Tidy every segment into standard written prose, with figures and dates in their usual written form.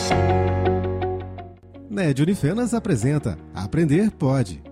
NED Unifenas apresenta Aprender Pode.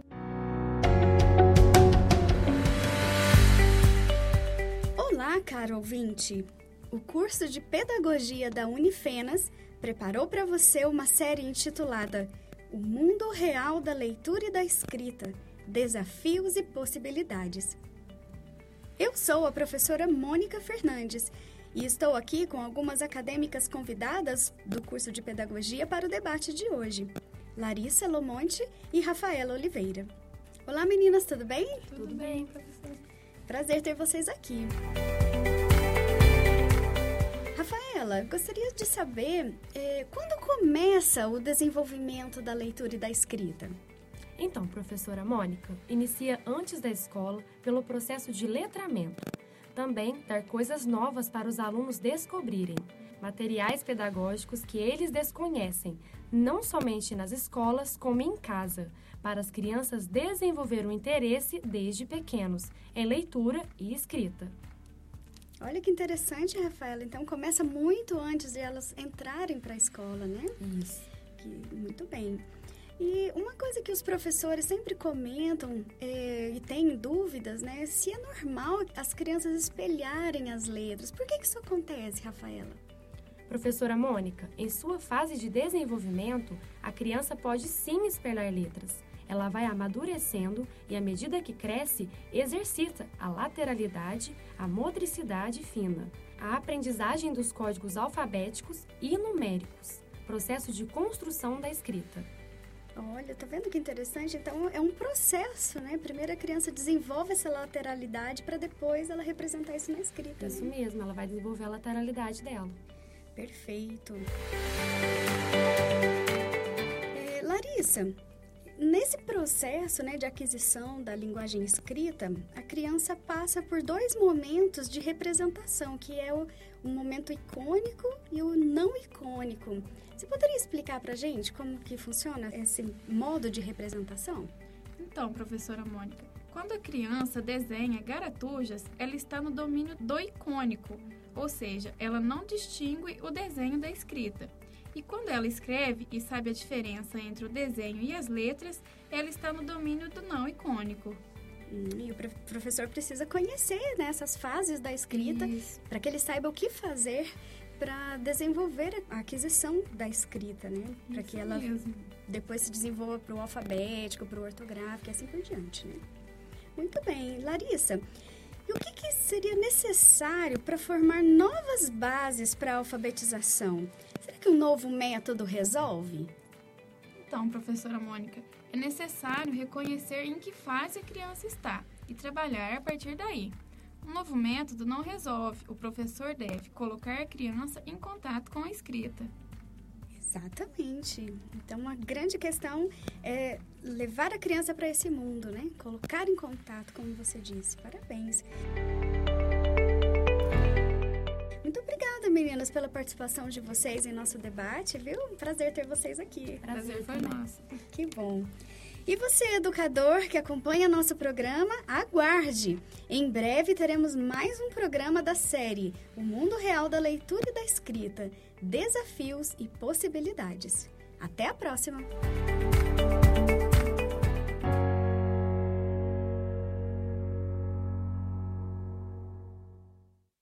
Olá, caro ouvinte! O curso de Pedagogia da Unifenas preparou para você uma série intitulada O Mundo Real da Leitura e da Escrita, Desafios e Possibilidades. Eu sou a professora Mônica Fernandes e estou aqui com algumas acadêmicas convidadas do curso de Pedagogia para o debate de hoje, Larissa Lomonte e Rafaela Oliveira. Olá, meninas, tudo bem? Tudo bem, professora. Prazer ter vocês aqui. Rafaela, gostaria de saber quando começa o desenvolvimento da leitura e da escrita? Então, professora Mônica, inicia antes da escola pelo processo de letramento. Também dar coisas novas para os alunos descobrirem, materiais pedagógicos que eles desconhecem, não somente nas escolas, como em casa, para as crianças desenvolver o interesse desde pequenos em leitura e escrita. Olha que interessante, Rafaela. Então, começa muito antes de elas entrarem para a escola, né? Isso. Muito bem. E uma coisa que os professores sempre comentam e têm dúvidas, né? Se é normal as crianças espelharem as letras. Por que isso acontece, Rafaela? Professora Mônica, em sua fase de desenvolvimento, a criança pode sim espelhar letras. Ela vai amadurecendo e, à medida que cresce, exercita a lateralidade, a motricidade fina, a aprendizagem dos códigos alfabéticos e numéricos, processo de construção da escrita. Olha, tá vendo que interessante? Então, é um processo, né? Primeiro a criança desenvolve essa lateralidade para depois ela representar isso na escrita. Isso né? mesmo, ela vai desenvolver a lateralidade dela. Perfeito. Larissa, nesse processo, né, de aquisição da linguagem escrita, a criança passa por dois momentos de representação, que é o momento icônico e o não icônico. Você poderia explicar para a gente como que funciona esse modo de representação? Então, professora Mônica, quando a criança desenha garatujas, ela está no domínio do icônico, ou seja, ela não distingue o desenho da escrita. E quando ela escreve e sabe a diferença entre o desenho e as letras, ela está no domínio do não icônico. E o professor precisa conhecer, né, essas fases da escrita para que ele saiba o que fazer para desenvolver a aquisição da escrita, né? Para que ela depois se desenvolva para o alfabético, para o ortográfico e assim por diante, né? Muito bem. Larissa, e o que seria necessário para formar novas bases para a alfabetização? Será que um novo método resolve? Então, professora Mônica, é necessário reconhecer em que fase a criança está e trabalhar a partir daí. Um novo método não resolve, o professor deve colocar a criança em contato com a escrita. Exatamente. Então, a grande questão é levar a criança para esse mundo, né? Colocar em contato, como você disse. Parabéns. Muito obrigada, meninas, pela participação de vocês em nosso debate, viu? Um prazer ter vocês aqui. Prazer foi nosso. Que bom. E você, educador, que acompanha nosso programa, aguarde! Em breve teremos mais um programa da série O Mundo Real da Leitura e da Escrita, Desafios e Possibilidades. Até a próxima!